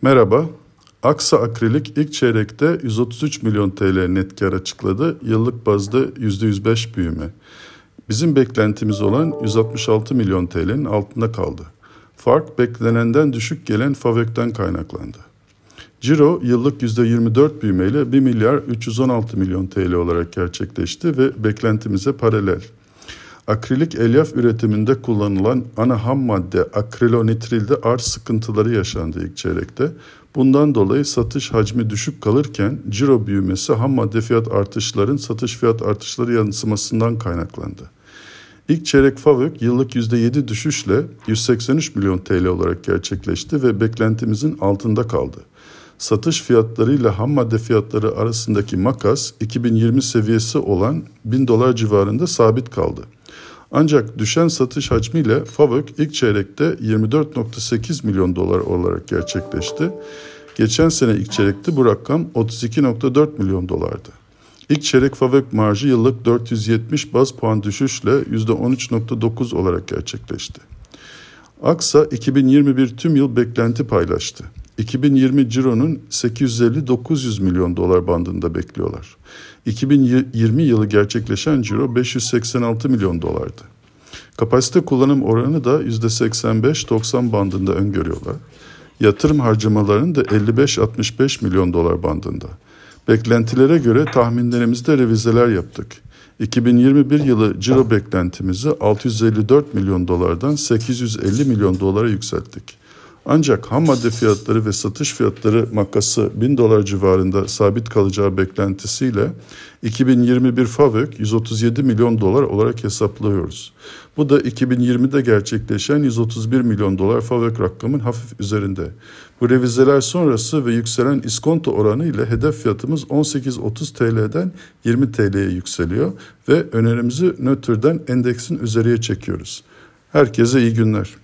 Merhaba, Aksa Akrilik ilk çeyrekte 133 milyon TL net kar açıkladı. Yıllık bazda %105 büyüme. Bizim beklentimiz olan 166 milyon TL'nin altında kaldı. Fark beklenenden düşük gelen FAVÖK'ten kaynaklandı. Ciro yıllık %24 büyümeyle 1 milyar 316 milyon TL olarak gerçekleşti ve beklentimize paralel. Akrilik elyaf üretiminde kullanılan ana ham madde akrilonitrilde arz sıkıntıları yaşandı ilk çeyrekte. Bundan dolayı satış hacmi düşük kalırken ciro büyümesi ham madde fiyat artışların satış fiyat artışları yansımasından kaynaklandı. İlk çeyrek FAVÖK yıllık %7 düşüşle 183 milyon TL olarak gerçekleşti ve beklentimizin altında kaldı. Satış fiyatlarıyla ham madde fiyatları arasındaki makas 2020 seviyesi olan $1000 civarında sabit kaldı. Ancak düşen satış hacmiyle FAVÖK ilk çeyrekte 24,8 milyon dolar olarak gerçekleşti. Geçen sene ilk çeyrekte bu rakam 32,4 milyon dolardı. İlk çeyrek FAVÖK marjı yıllık 470 baz puan düşüşle %13,9 olarak gerçekleşti. Aksa 2021 tüm yıl beklenti paylaştı. 2020 cironun 850-900 milyon dolar bandında bekliyorlar. 2020 yılı gerçekleşen ciro 586 milyon dolardı. Kapasite kullanım oranı da %85-90 bandında öngörüyorlar. Yatırım harcamalarının da 55-65 milyon dolar bandında. Beklentilere göre tahminlerimizde revizeler yaptık. 2021 yılı ciro beklentimizi 654 milyon dolardan 850 milyon dolara yükselttik. Ancak ham madde fiyatları ve satış fiyatları makası $1000 civarında sabit kalacağı beklentisiyle 2021 FAVÖK 137 milyon dolar olarak hesaplıyoruz. Bu da 2020'de gerçekleşen 131 milyon dolar FAVÖK rakamın hafif üzerinde. Bu revizeler sonrası ve yükselen iskonto oranı ile hedef fiyatımız 18.30 TL'den 20 TL'ye yükseliyor ve önerimizi nötrden endeksin üzeriye çekiyoruz. Herkese iyi günler.